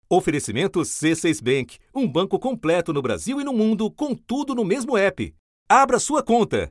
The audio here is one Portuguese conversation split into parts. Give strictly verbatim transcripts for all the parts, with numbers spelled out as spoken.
Oferecimento C seis Bank, um banco completo no Brasil e no mundo, com tudo no mesmo app. Abra sua conta.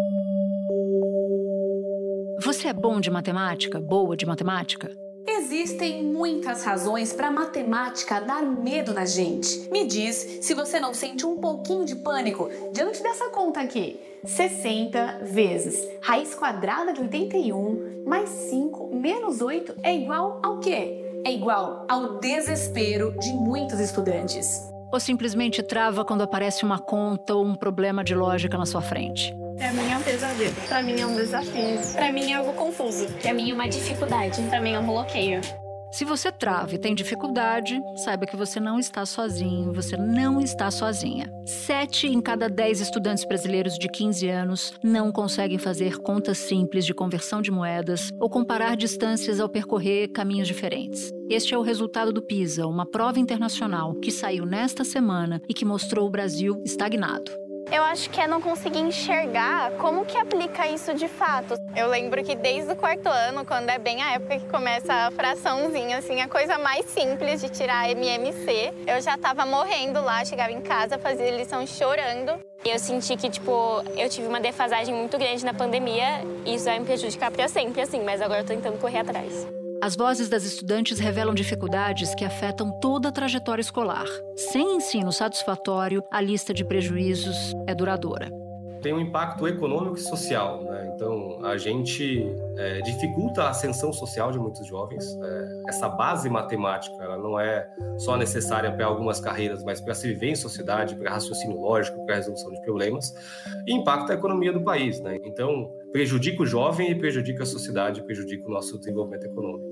Você é bom de matemática? Boa de matemática? Existem muitas razões para a matemática dar medo na gente. Me diz se você não sente um pouquinho de pânico diante dessa conta aqui. sessenta vezes raiz quadrada de oitenta e um mais cinco menos oito é igual ao quê? É igual ao desespero de muitos estudantes. Ou simplesmente trava quando aparece uma conta ou um problema de lógica na sua frente? Pra mim é um pesadelo. Pra mim é um desafio. Pra mim é algo confuso. Pra mim é uma dificuldade. Pra mim é um bloqueio. Se você trava e tem dificuldade, saiba que você não está sozinho, você não está sozinha. Sete em cada dez estudantes brasileiros de quinze anos não conseguem fazer contas simples de conversão de moedas ou comparar distâncias ao percorrer caminhos diferentes. Este é o resultado do PISA, uma prova internacional que saiu nesta semana e que mostrou o Brasil estagnado. Eu acho que é não conseguir enxergar como que aplica isso de fato. Eu lembro que desde o quarto ano, quando é bem a época que começa a fraçãozinha, assim, a coisa mais simples de tirar M M C, eu já tava morrendo lá, chegava em casa, fazia lição chorando. Eu senti que, tipo, eu tive uma defasagem muito grande na pandemia e isso vai me prejudicar pra sempre, assim, mas agora eu tô tentando correr atrás. As vozes das estudantes revelam dificuldades que afetam toda a trajetória escolar. Sem ensino satisfatório, a lista de prejuízos é duradoura. Tem um impacto econômico e social, né? Então, a gente é, dificulta a ascensão social de muitos jovens. É, essa base matemática, ela não é só necessária para algumas carreiras, mas para se viver em sociedade, para raciocínio lógico, para resolução de problemas, e impacta a economia do país, né? Então, prejudica o jovem e prejudica a sociedade, prejudica o nosso desenvolvimento econômico.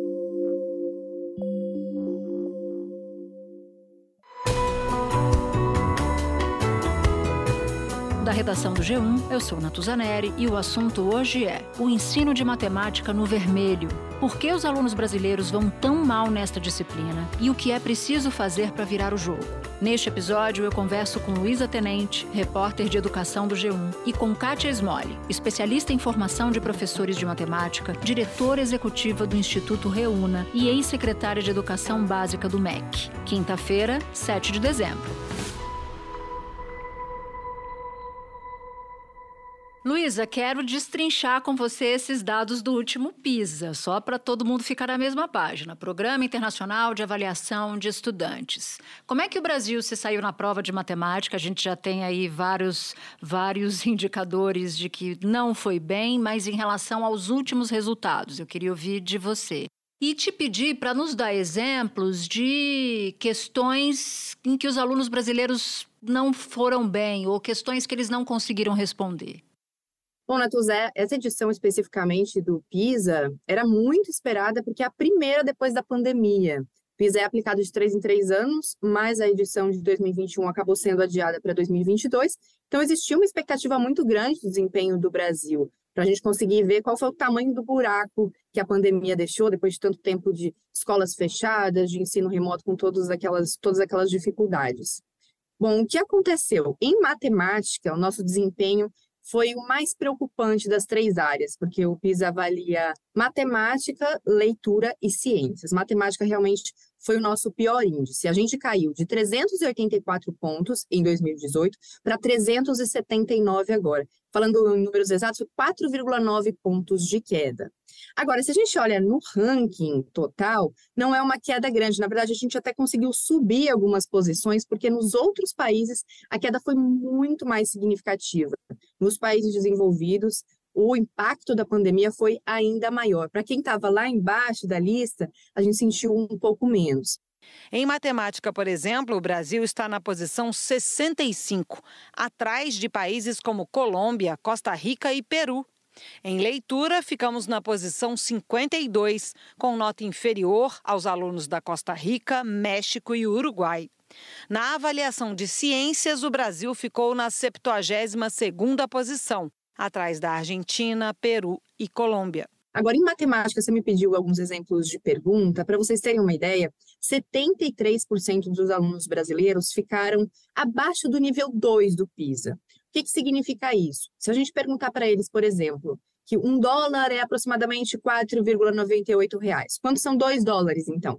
Da redação do G um, eu sou Natuzaneri e o assunto hoje é o ensino de matemática no vermelho. Por que os alunos brasileiros vão tão mal nesta disciplina e o que é preciso fazer para virar o jogo? Neste episódio, eu converso com Luísa Tenente, repórter de educação do G um, e com Kátia Smolli, especialista em formação de professores de matemática, diretora executiva do Instituto Reúna e ex-secretária de Educação Básica do M E C. Quinta-feira, sete de dezembro. Luísa, quero destrinchar com você esses dados do último PISA, só para todo mundo ficar na mesma página. Programa Internacional de Avaliação de Estudantes. Como é que o Brasil se saiu na prova de matemática? A gente já tem aí vários, vários indicadores de que não foi bem, mas em relação aos últimos resultados, eu queria ouvir de você. E te pedir para nos dar exemplos de questões em que os alunos brasileiros não foram bem ou questões que eles não conseguiram responder. Bom, Natuzé, essa edição especificamente do PISA era muito esperada porque é a primeira depois da pandemia. O PISA é aplicado de três em três anos, mas a edição de dois mil e vinte e um acabou sendo adiada para dois mil e vinte e dois, então existia uma expectativa muito grande do desempenho do Brasil, para a gente conseguir ver qual foi o tamanho do buraco que a pandemia deixou depois de tanto tempo de escolas fechadas, de ensino remoto com todas aquelas, todas aquelas dificuldades. Bom, o que aconteceu? Em matemática, o nosso desempenho foi o mais preocupante das três áreas, porque o PISA avalia matemática, leitura e ciências. Matemática realmente foi o nosso pior índice. A gente caiu de trezentos e oitenta e quatro pontos em dois mil e dezoito para trezentos e setenta e nove agora. Falando em números exatos, foi quatro vírgula nove pontos de queda. Agora, se a gente olha no ranking total, não é uma queda grande. Na verdade, a gente até conseguiu subir algumas posições, porque nos outros países a queda foi muito mais significativa. Nos países desenvolvidos, o impacto da pandemia foi ainda maior. Para quem estava lá embaixo da lista, a gente sentiu um pouco menos. Em matemática, por exemplo, o Brasil está na posição sessenta e cinco, atrás de países como Colômbia, Costa Rica e Peru. Em leitura, ficamos na posição cinquenta e dois, com nota inferior aos alunos da Costa Rica, México e Uruguai. Na avaliação de ciências, o Brasil ficou na septuagésima segunda posição, atrás da Argentina, Peru e Colômbia. Agora, em matemática, você me pediu alguns exemplos de pergunta. Para vocês terem uma ideia, setenta e três por cento dos alunos brasileiros ficaram abaixo do nível dois do PISA. O que, que significa isso? Se a gente perguntar para eles, por exemplo, que um dólar é aproximadamente quatro vírgula noventa e oito reais. Quantos são dois dólares, então?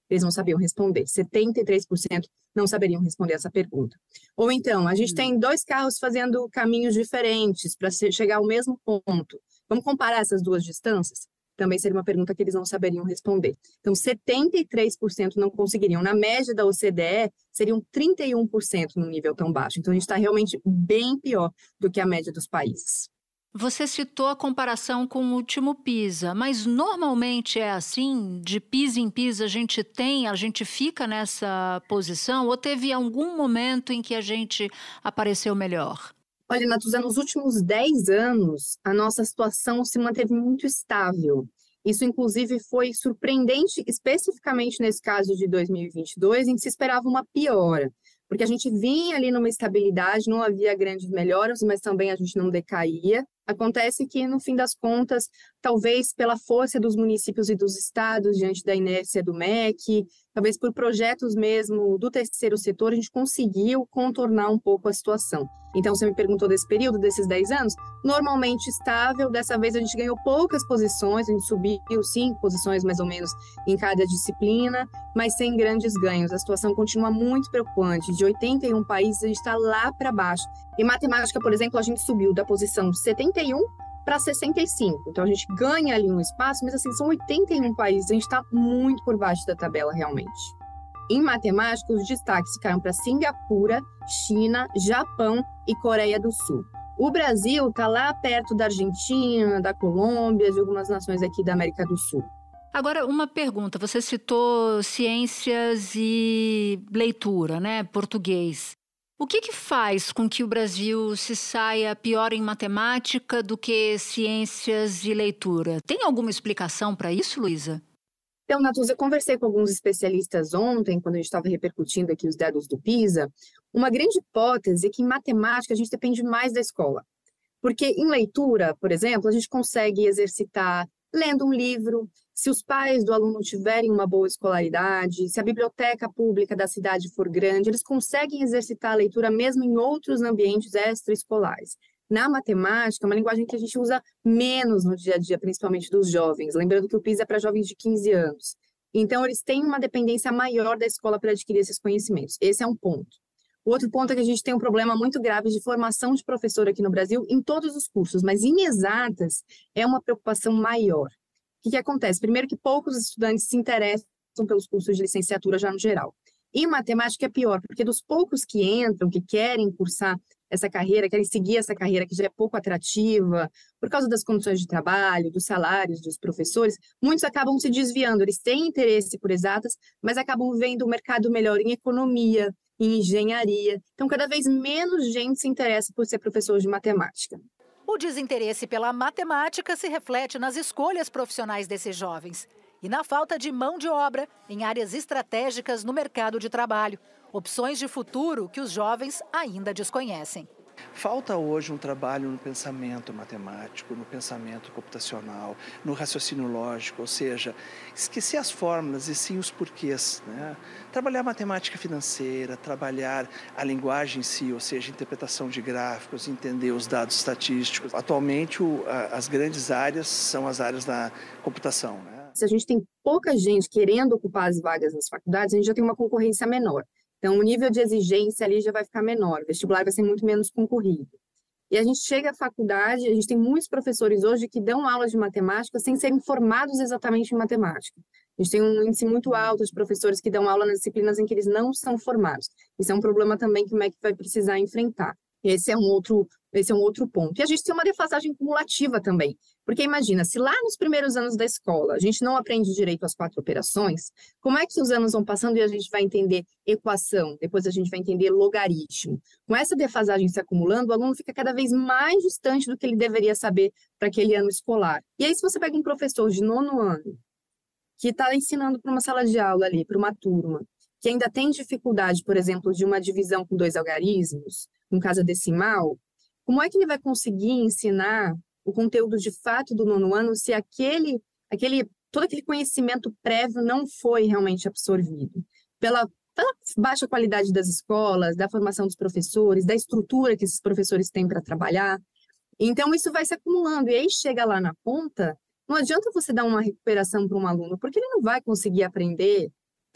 eles não sabiam responder. setenta e três por cento não saberiam responder essa pergunta. Ou então, a gente tem dois carros fazendo caminhos diferentes para chegar ao mesmo ponto. Vamos comparar essas duas distâncias? Também seria uma pergunta que eles não saberiam responder. Então, setenta e três por cento não conseguiriam. Na média da O C D E, seriam trinta e um por cento num nível tão baixo. Então, a gente está realmente bem pior do que a média dos países. Você citou a comparação com o último PISA, mas normalmente é assim? De PISA em PISA a gente tem, a gente fica nessa posição? Ou teve algum momento em que a gente apareceu melhor? Olha, Natuza, nos últimos dez anos, a nossa situação se manteve muito estável. Isso, inclusive, foi surpreendente, especificamente nesse caso de dois mil e vinte e dois, em que se esperava uma piora. Porque a gente vinha ali numa estabilidade, não havia grandes melhoras, mas também a gente não decaía. Acontece que, no fim das contas, talvez pela força dos municípios e dos estados diante da inércia do M E C, talvez por projetos mesmo do terceiro setor, a gente conseguiu contornar um pouco a situação. Então, você me perguntou desse período, desses dez anos, normalmente estável, dessa vez a gente ganhou poucas posições, a gente subiu cinco posições mais ou menos em cada disciplina, mas sem grandes ganhos. A situação continua muito preocupante. De oitenta e um países, a gente está lá para baixo. Em matemática, por exemplo, a gente subiu da posição setenta e um para sessenta e cinco. Então, a gente ganha ali um espaço, mas assim, são oitenta e um países, a gente está muito por baixo da tabela realmente. Em matemática, os destaques ficaram para Singapura, China, Japão e Coreia do Sul. O Brasil está lá perto da Argentina, da Colômbia, de algumas nações aqui da América do Sul. Agora, uma pergunta. Você citou ciências e leitura, né? Português. O que que faz com que o Brasil se saia pior em matemática do que ciências e leitura? Tem alguma explicação para isso, Luísa? Então, Natuza, eu conversei com alguns especialistas ontem, quando a gente estava repercutindo aqui os dados do PISA. Uma grande hipótese é que em matemática a gente depende mais da escola. Porque em leitura, por exemplo, a gente consegue exercitar lendo um livro, se os pais do aluno tiverem uma boa escolaridade, se a biblioteca pública da cidade for grande, eles conseguem exercitar a leitura mesmo em outros ambientes extraescolares. Na matemática, é uma linguagem que a gente usa menos no dia a dia, principalmente dos jovens. Lembrando que o PISA é para jovens de quinze anos. Então, eles têm uma dependência maior da escola para adquirir esses conhecimentos. Esse é um ponto. O outro ponto é que a gente tem um problema muito grave de formação de professor aqui no Brasil em todos os cursos, mas em exatas é uma preocupação maior. O que, que acontece? Primeiro que poucos estudantes se interessam pelos cursos de licenciatura já no geral. Em matemática é pior, porque dos poucos que entram, que querem cursar essa carreira, querem seguir essa carreira que já é pouco atrativa, por causa das condições de trabalho, dos salários dos professores, muitos acabam se desviando. Eles têm interesse por exatas, mas acabam vendo o mercado melhor em economia, em engenharia. Então, cada vez menos gente se interessa por ser professor de matemática. O desinteresse pela matemática se reflete nas escolhas profissionais desses jovens e na falta de mão de obra em áreas estratégicas no mercado de trabalho. Opções de futuro que os jovens ainda desconhecem. Falta hoje um trabalho no pensamento matemático, no pensamento computacional, no raciocínio lógico, ou seja, esquecer as fórmulas e sim os porquês, né? Trabalhar matemática financeira, trabalhar a linguagem em si, ou seja, interpretação de gráficos, entender os dados estatísticos. Atualmente, o, a, as grandes áreas são as áreas da computação, né? Se a gente tem pouca gente querendo ocupar as vagas nas faculdades, a gente já tem uma concorrência menor. Então, o nível de exigência ali já vai ficar menor, o vestibular vai ser muito menos concorrido. E a gente chega à faculdade, a gente tem muitos professores hoje que dão aulas de matemática sem serem formados exatamente em matemática. A gente tem um índice muito alto de professores que dão aula nas disciplinas em que eles não são formados. Isso é um problema também que o M E C vai precisar enfrentar. Esse é um outro, esse é um outro ponto. E a gente tem uma defasagem cumulativa também. Porque imagina, se lá nos primeiros anos da escola a gente não aprende direito às quatro operações, como é que os anos vão passando e a gente vai entender equação, depois a gente vai entender logaritmo? Com essa defasagem se acumulando, o aluno fica cada vez mais distante do que ele deveria saber para aquele ano escolar. E aí, se você pega um professor de nono ano, que está ensinando para uma sala de aula ali, para uma turma, que ainda tem dificuldade, por exemplo, de uma divisão com dois algarismos, com casa decimal, como é que ele vai conseguir ensinar o conteúdo de fato do nono ano se aquele, aquele, todo aquele conhecimento prévio não foi realmente absorvido? Pela, pela baixa qualidade das escolas, da formação dos professores, da estrutura que esses professores têm para trabalhar. Então, isso vai se acumulando. E aí, chega lá na ponta, não adianta você dar uma recuperação para um aluno, porque ele não vai conseguir aprender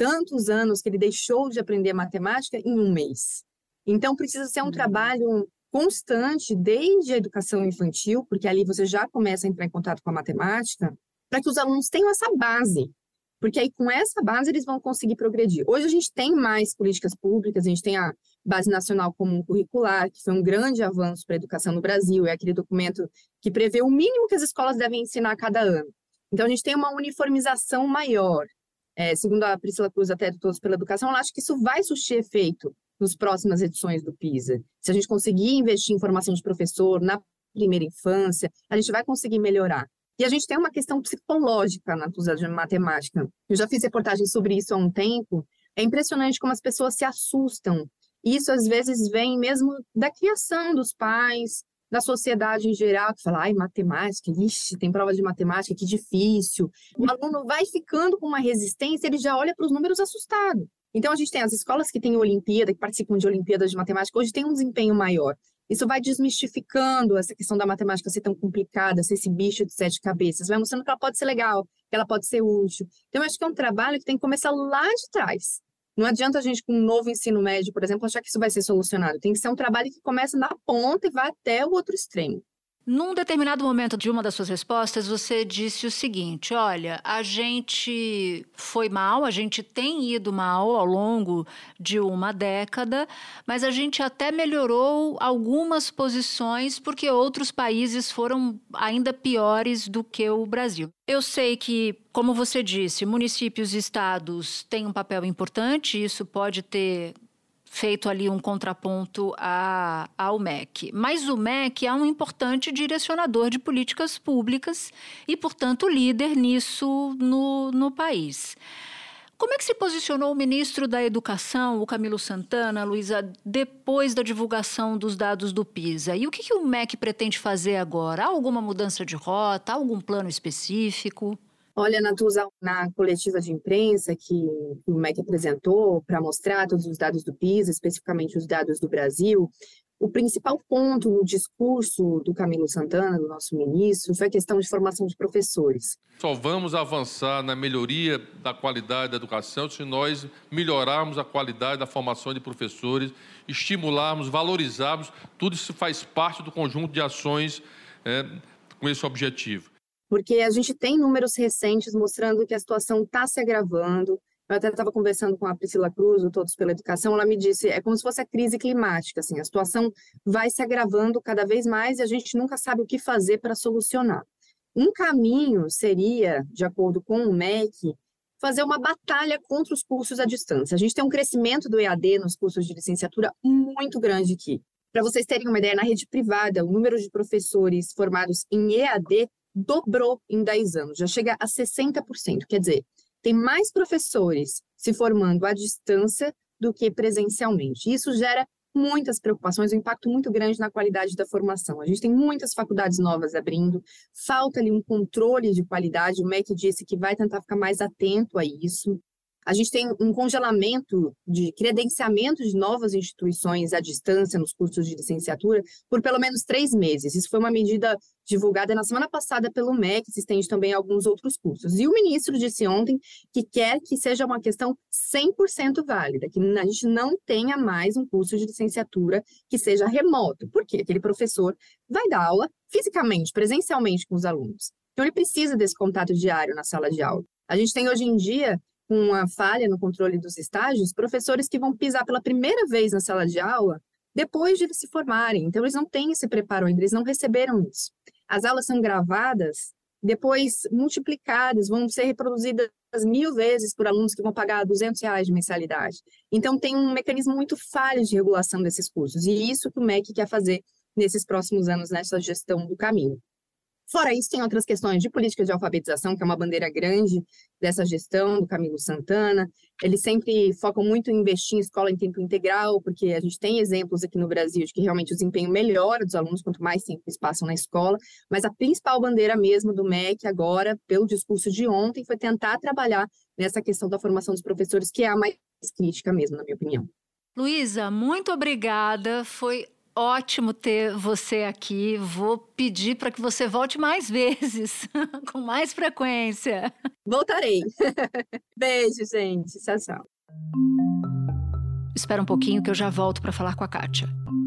tantos anos que ele deixou de aprender matemática em um mês. Então, precisa ser um uhum. trabalho constante desde a educação infantil, porque ali você já começa a entrar em contato com a matemática, para que os alunos tenham essa base. Porque aí, com essa base, eles vão conseguir progredir. Hoje, a gente tem mais políticas públicas, a gente tem a Base Nacional Comum Curricular, que foi um grande avanço para a educação no Brasil, é aquele documento que prevê o mínimo que as escolas devem ensinar a cada ano. Então, a gente tem uma uniformização maior. É, segundo a Priscila Cruz, até do Todos pela Educação, ela acha que isso vai surtir efeito nas próximas edições do PISA. Se a gente conseguir investir em formação de professor na primeira infância, a gente vai conseguir melhorar. E a gente tem uma questão psicológica na atuação de matemática. Eu já fiz reportagem sobre isso há um tempo. É impressionante como as pessoas se assustam. Isso, às vezes, vem mesmo da criação dos pais, da sociedade em geral, que fala, ai, matemática, ixi, tem prova de matemática, que difícil. O aluno vai ficando com uma resistência, ele já olha para os números assustado. Então, a gente tem as escolas que têm Olimpíada, que participam de Olimpíadas de Matemática, hoje tem um desempenho maior. Isso vai desmistificando essa questão da matemática ser tão complicada, ser esse bicho de sete cabeças, vai mostrando que ela pode ser legal, que ela pode ser útil. Então, eu acho que é um trabalho que tem que começar lá de trás. Não adianta a gente, com um novo ensino médio, por exemplo, achar que isso vai ser solucionado. Tem que ser um trabalho que começa na ponta e vai até o outro extremo. Num determinado momento de uma das suas respostas, você disse o seguinte, olha, a gente foi mal, a gente tem ido mal ao longo de uma década, mas a gente até melhorou algumas posições porque outros países foram ainda piores do que o Brasil. Eu sei que, como você disse, municípios e estados têm um papel importante, isso pode ter feito ali um contraponto a, ao M E C. Mas o M E C é um importante direcionador de políticas públicas e, portanto, líder nisso no, no país. Como é que se posicionou o ministro da Educação, o Camilo Santana, Luísa, depois da divulgação dos dados do PISA? E o que, que o M E C pretende fazer agora? Há alguma mudança de rota? Há algum plano específico? Olha, Natuza, na coletiva de imprensa que o M E C apresentou para mostrar todos os dados do PISA, especificamente os dados do Brasil, o principal ponto no discurso do Camilo Santana, do nosso ministro, foi a questão de formação de professores. Só vamos avançar na melhoria da qualidade da educação se nós melhorarmos a qualidade da formação de professores, estimularmos, valorizarmos, tudo isso faz parte do conjunto de ações é, com esse objetivo. Porque a gente tem números recentes mostrando que a situação está se agravando. Eu até estava conversando com a Priscila Cruz, do Todos pela Educação, ela me disse, é como se fosse a crise climática, assim, a situação vai se agravando cada vez mais e a gente nunca sabe o que fazer para solucionar. Um caminho seria, de acordo com o M E C, fazer uma batalha contra os cursos à distância. A gente tem um crescimento do E A D nos cursos de licenciatura muito grande aqui. Para vocês terem uma ideia, na rede privada, o número de professores formados em E A D dobrou em dez anos, já chega a sessenta por cento. Quer dizer, tem mais professores se formando à distância do que presencialmente. Isso gera muitas preocupações, um impacto muito grande na qualidade da formação. A gente tem muitas faculdades novas abrindo, falta ali um controle de qualidade, o M E C disse que vai tentar ficar mais atento a isso. A gente tem um congelamento de credenciamento de novas instituições à distância nos cursos de licenciatura por pelo menos três meses. Isso foi uma medida divulgada na semana passada pelo M E C, que se estende também a alguns outros cursos. E o ministro disse ontem que quer que seja uma questão cem por cento válida, que a gente não tenha mais um curso de licenciatura que seja remoto. Por quê? Aquele professor vai dar aula fisicamente, presencialmente com os alunos. Então, ele precisa desse contato diário na sala de aula. A gente tem hoje em dia com uma falha no controle dos estágios, professores que vão pisar pela primeira vez na sala de aula depois de eles se formarem. Então, eles não têm esse preparo ainda, eles não receberam isso. As aulas são gravadas, depois multiplicadas, vão ser reproduzidas mil vezes por alunos que vão pagar duzentos reais de mensalidade. Então, tem um mecanismo muito falho de regulação desses cursos, e isso que o M E C quer fazer nesses próximos anos, nessa gestão do caminho. Fora isso, tem outras questões de política de alfabetização, que é uma bandeira grande dessa gestão do Camilo Santana. Eles sempre focam muito em investir em escola em tempo integral, porque a gente tem exemplos aqui no Brasil de que realmente o desempenho melhora dos alunos quanto mais tempo eles passam na escola, mas a principal bandeira mesmo do M E C agora, pelo discurso de ontem, foi tentar trabalhar nessa questão da formação dos professores, que é a mais crítica mesmo, na minha opinião. Luísa, muito obrigada. Foi ótimo ter você aqui. Vou pedir para que você volte mais vezes, com mais frequência. Voltarei. Beijo, gente. Tchau, tchau. Espera um pouquinho que eu já volto para falar com a Kátia.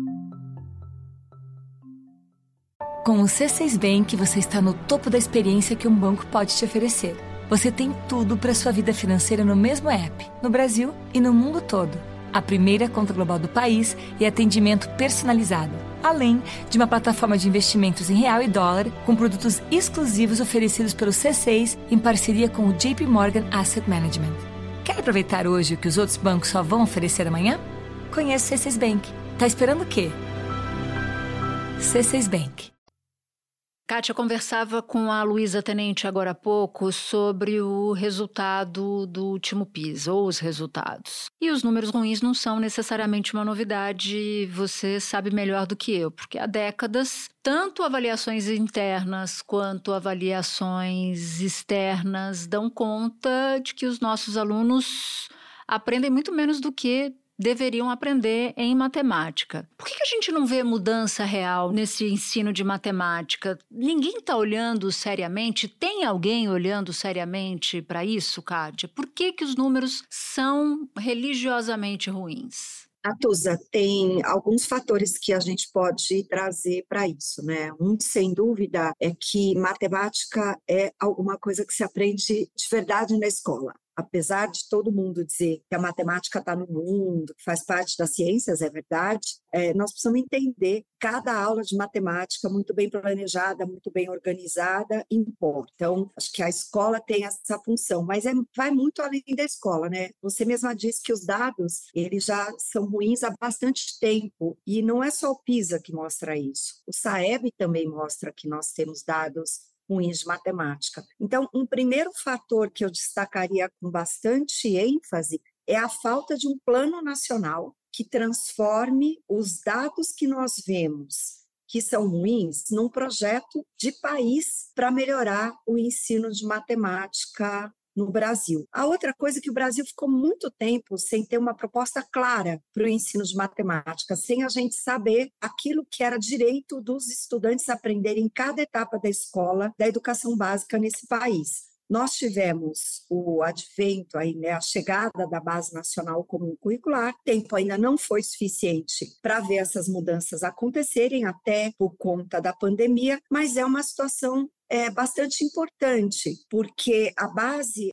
Com o C seis Bank, você está no topo da experiência que um banco pode te oferecer. Você tem tudo para sua vida financeira no mesmo app, no Brasil e no mundo todo. A primeira conta global do país e atendimento personalizado. Além de uma plataforma de investimentos em real e dólar, com produtos exclusivos oferecidos pelo C seis em parceria com o J P Morgan Asset Management. Quer aproveitar hoje o que os outros bancos só vão oferecer amanhã? Conheça o C seis Bank. Tá esperando o quê? C seis Bank. Kátia, eu conversava com a Luísa Tenente agora há pouco sobre o resultado do último PISA, ou os resultados. E os números ruins não são necessariamente uma novidade, você sabe melhor do que eu, porque há décadas, tanto avaliações internas quanto avaliações externas dão conta de que os nossos alunos aprendem muito menos do que deveriam aprender em matemática. Por que a gente não vê mudança real nesse ensino de matemática? Ninguém está olhando seriamente? Tem alguém olhando seriamente para isso, Kátia? Por que que os números são religiosamente ruins? Natuza, tem alguns fatores que a gente pode trazer para isso, né? Um, sem dúvida, é que matemática é alguma coisa que se aprende de verdade na escola. Apesar de todo mundo dizer que a matemática está no mundo, que faz parte das ciências, é verdade, é, nós precisamos entender cada aula de matemática muito bem planejada, muito bem organizada, importa. Então, acho que a escola tem essa função, mas é, vai muito além da escola, né? Você mesma disse que os dados, eles já são ruins há bastante tempo, e não é só o PISA que mostra isso. O SAEB também mostra que nós temos dados ruins de matemática. Então, um primeiro fator que eu destacaria com bastante ênfase é a falta de um plano nacional que transforme os dados que nós vemos, que são ruins, num projeto de país para melhorar o ensino de matemática no Brasil. A outra coisa é que o Brasil ficou muito tempo sem ter uma proposta clara para o ensino de matemática, sem a gente saber aquilo que era direito dos estudantes aprenderem em cada etapa da escola, da educação básica nesse país. Nós tivemos o advento, aí, né, a chegada da Base Nacional Comum Curricular, tempo ainda não foi suficiente para ver essas mudanças acontecerem, até por conta da pandemia, mas é uma situação é, bastante importante, porque a base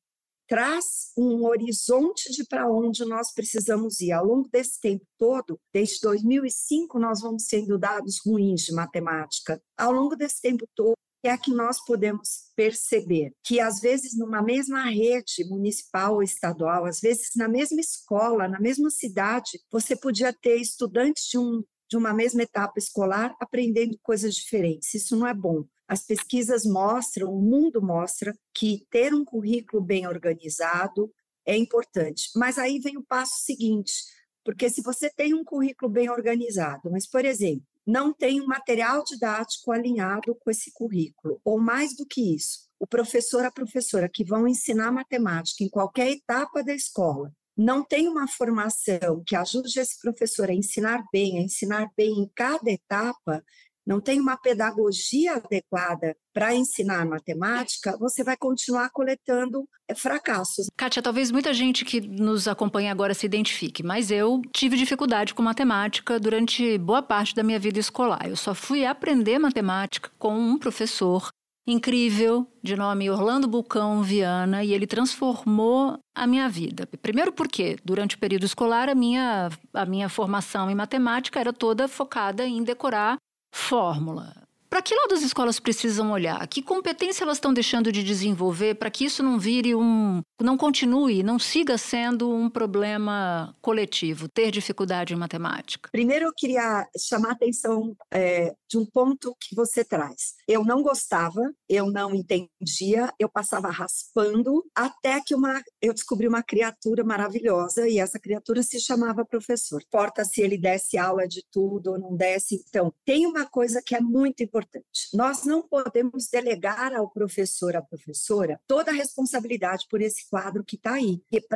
traz um horizonte de para onde nós precisamos ir. Ao longo desse tempo todo, desde dois mil e cinco, nós vamos sendo dados ruins de matemática. Ao longo desse tempo todo, é que nós podemos perceber que, às vezes, numa mesma rede municipal ou estadual, às vezes na mesma escola, na mesma cidade, você podia ter estudantes de, um, de uma mesma etapa escolar aprendendo coisas diferentes. Isso não é bom. As pesquisas mostram, o mundo mostra, que ter um currículo bem organizado é importante. Mas aí vem o passo seguinte, porque se você tem um currículo bem organizado, mas, por exemplo, não tem um material didático alinhado com esse currículo, ou mais do que isso, o professor, a professora que vão ensinar matemática em qualquer etapa da escola, não tem uma formação que ajude esse professor a ensinar bem, a ensinar bem em cada etapa, não tem uma pedagogia adequada para ensinar matemática, você vai continuar coletando fracassos. Kátia, talvez muita gente que nos acompanha agora se identifique, mas eu tive dificuldade com matemática durante boa parte da minha vida escolar. Eu só fui aprender matemática com um professor incrível, de nome Orlando Bulcão Viana, e ele transformou a minha vida. Primeiro porque, durante o período escolar, a minha, a minha formação em matemática era toda focada em decorar fórmula. Para que lado as escolas precisam olhar? Que competência elas estão deixando de desenvolver para que isso não vire um... não continue, não siga sendo um problema coletivo, ter dificuldade em matemática? Primeiro eu queria chamar a atenção é, de um ponto que você traz. Eu não gostava, eu não entendia, eu passava raspando, até que uma, eu descobri uma criatura maravilhosa, e essa criatura se chamava professor. Importa se ele desse aula de tudo ou não desse. Então, tem uma coisa que é muito importante. Nós não podemos delegar ao professor, à professora, toda a responsabilidade por esse quadro que está aí. E para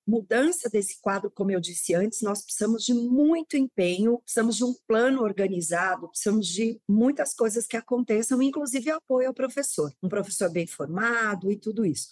mudança desse quadro, como eu disse antes, nós precisamos de muito empenho, precisamos de um plano organizado, precisamos de muitas coisas que aconteçam, inclusive apoio ao professor, um professor bem formado e tudo isso.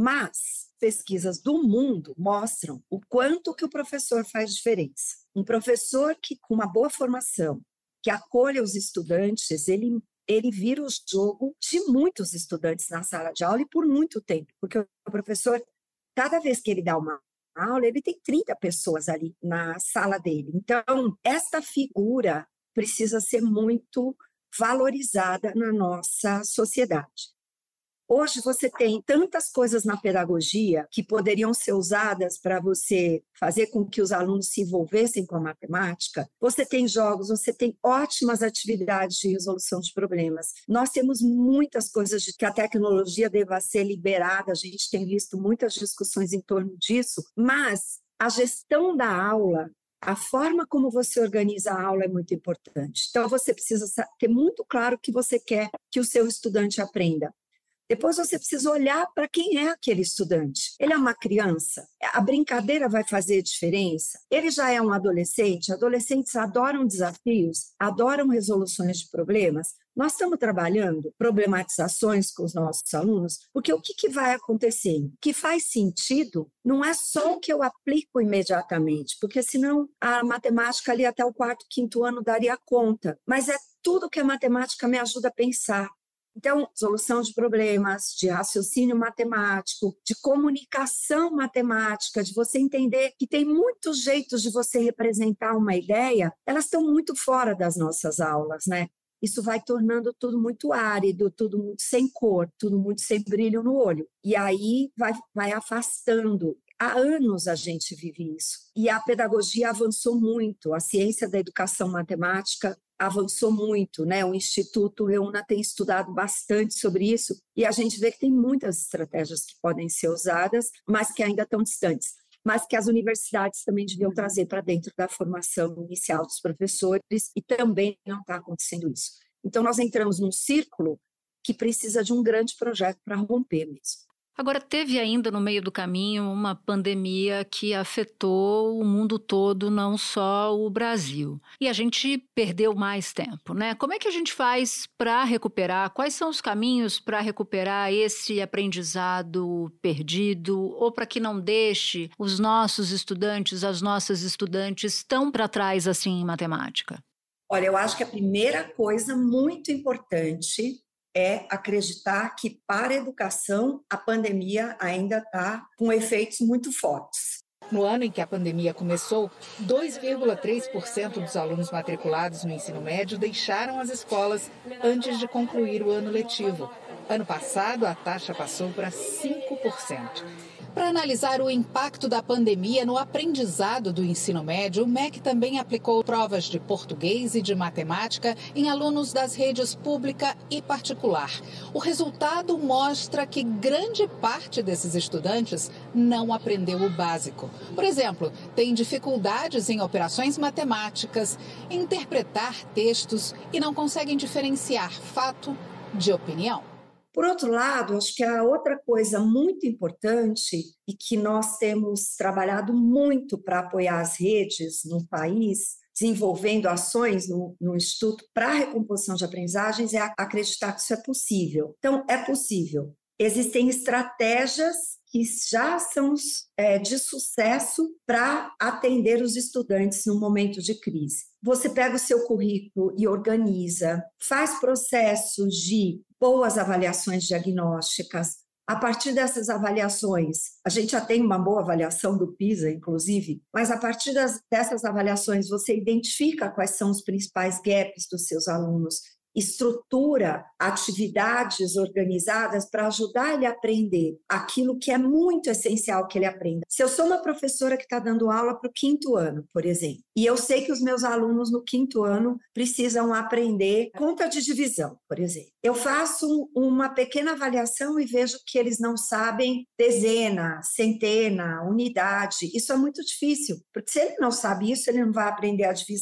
Mas pesquisas do mundo mostram o quanto que o professor faz diferença. Um professor que, com uma boa formação, que acolha os estudantes, ele, ele vira o jogo de muitos estudantes na sala de aula e por muito tempo, porque o professor, cada vez que ele dá uma aula, ele tem trinta pessoas ali na sala dele. Então, esta figura precisa ser muito valorizada na nossa sociedade. Hoje você tem tantas coisas na pedagogia que poderiam ser usadas para você fazer com que os alunos se envolvessem com a matemática. Você tem jogos, você tem ótimas atividades de resolução de problemas. Nós temos muitas coisas de que a tecnologia deva ser liberada, a gente tem visto muitas discussões em torno disso, mas a gestão da aula, a forma como você organiza a aula é muito importante. Então você precisa ter muito claro o que você quer que o seu estudante aprenda. Depois você precisa olhar para quem é aquele estudante. Ele é uma criança? A brincadeira vai fazer diferença? Ele já é um adolescente? Adolescentes adoram desafios, adoram resoluções de problemas. Nós estamos trabalhando problematizações com os nossos alunos, porque o que, que vai acontecer? O que faz sentido não é só o que eu aplico imediatamente, porque senão a matemática ali até o quarto, quinto ano daria conta, mas é tudo que a matemática me ajuda a pensar. Então, solução de problemas, de raciocínio matemático, de comunicação matemática, de você entender que tem muitos jeitos de você representar uma ideia, elas estão muito fora das nossas aulas, né? Isso vai tornando tudo muito árido, tudo muito sem cor, tudo muito sem brilho no olho. E aí vai, vai afastando. Há anos a gente vive isso. E a pedagogia avançou muito, a ciência da educação matemática avançou muito, né? O Instituto Reúna tem estudado bastante sobre isso e a gente vê que tem muitas estratégias que podem ser usadas, mas que ainda estão distantes, mas que as universidades também deviam trazer para dentro da formação inicial dos professores e também não está acontecendo isso. Então nós entramos num círculo que precisa de um grande projeto para romper mesmo. Agora, teve ainda no meio do caminho uma pandemia que afetou o mundo todo, não só o Brasil. E a gente perdeu mais tempo, né? Como é que a gente faz para recuperar? Quais são os caminhos para recuperar esse aprendizado perdido ou para que não deixe os nossos estudantes, as nossas estudantes tão para trás assim em matemática? Olha, eu acho que a primeira coisa muito importante é acreditar que para a educação a pandemia ainda está com efeitos muito fortes. No ano em que a pandemia começou, dois vírgula três por cento dos alunos matriculados no ensino médio deixaram as escolas antes de concluir o ano letivo. Ano passado, a taxa passou para cinco por cento. Para analisar o impacto da pandemia no aprendizado do ensino médio, o M E C também aplicou provas de português e de matemática em alunos das redes pública e particular. O resultado mostra que grande parte desses estudantes não aprendeu o básico. Por exemplo, tem dificuldades em operações matemáticas, interpretar textos e não conseguem diferenciar fato de opinião. Por outro lado, acho que a outra coisa muito importante e que nós temos trabalhado muito para apoiar as redes no país, desenvolvendo ações no, no Instituto para a recomposição de aprendizagens, é acreditar que isso é possível. Então, é possível. Existem estratégias que já são é, de sucesso para atender os estudantes no momento de crise. Você pega o seu currículo e organiza, faz processos de boas avaliações diagnósticas. A partir dessas avaliações, a gente já tem uma boa avaliação do PISA, inclusive, mas a partir das, dessas avaliações você identifica quais são os principais gaps dos seus alunos, estrutura atividades organizadas para ajudar ele a aprender aquilo que é muito essencial que ele aprenda. Se eu sou uma professora que está dando aula para o quinto ano, por exemplo, e eu sei que os meus alunos no quinto ano precisam aprender conta de divisão, por exemplo, eu faço uma pequena avaliação e vejo que eles não sabem dezena, centena, unidade. Isso é muito difícil, porque se ele não sabe isso, ele não vai aprender a divisão.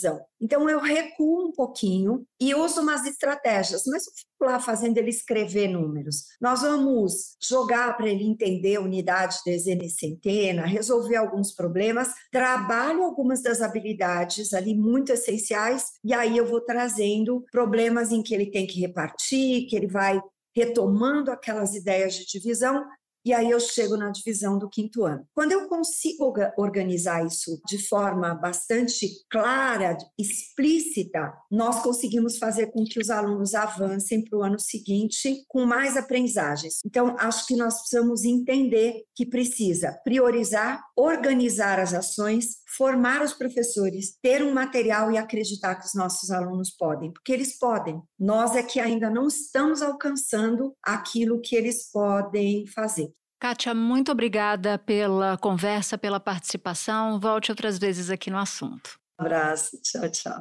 Então, eu recuo um pouquinho e uso umas estratégias, mas eu fico lá fazendo ele escrever números. Nós vamos jogar para ele entender unidade, dezena e centena, resolver alguns problemas, trabalho algumas das habilidades ali muito essenciais e aí eu vou trazendo problemas em que ele tem que repartir, que ele vai retomando aquelas ideias de divisão. E aí eu chego na divisão do quinto ano. Quando eu consigo organizar isso de forma bastante clara, explícita, nós conseguimos fazer com que os alunos avancem para o ano seguinte com mais aprendizagens. Então, acho que nós precisamos entender que precisa priorizar, organizar as ações, formar os professores, ter um material e acreditar que os nossos alunos podem, porque eles podem. Nós é que ainda não estamos alcançando aquilo que eles podem fazer. Kátia, muito obrigada pela conversa, pela participação. Volte outras vezes aqui no assunto. Um abraço. Tchau, tchau.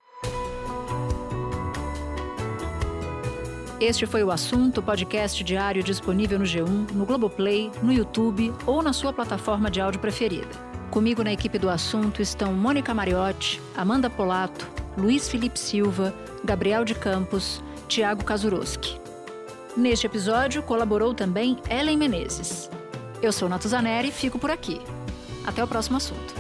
Este foi o Assunto, podcast diário disponível no G um, no Globoplay, no YouTube ou na sua plataforma de áudio preferida. Comigo na equipe do Assunto estão Mônica Mariotti, Amanda Polato, Luiz Felipe Silva, Gabriel de Campos, Tiago Kazuroski. Neste episódio, colaborou também Ellen Menezes. Eu sou Natuzaneri e fico por aqui. Até o próximo assunto.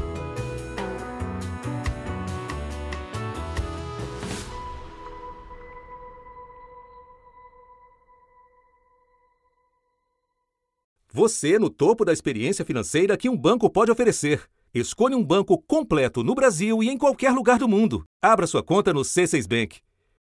Você no topo da experiência financeira que um banco pode oferecer. Escolha um banco completo no Brasil e em qualquer lugar do mundo. Abra sua conta no C seis Bank.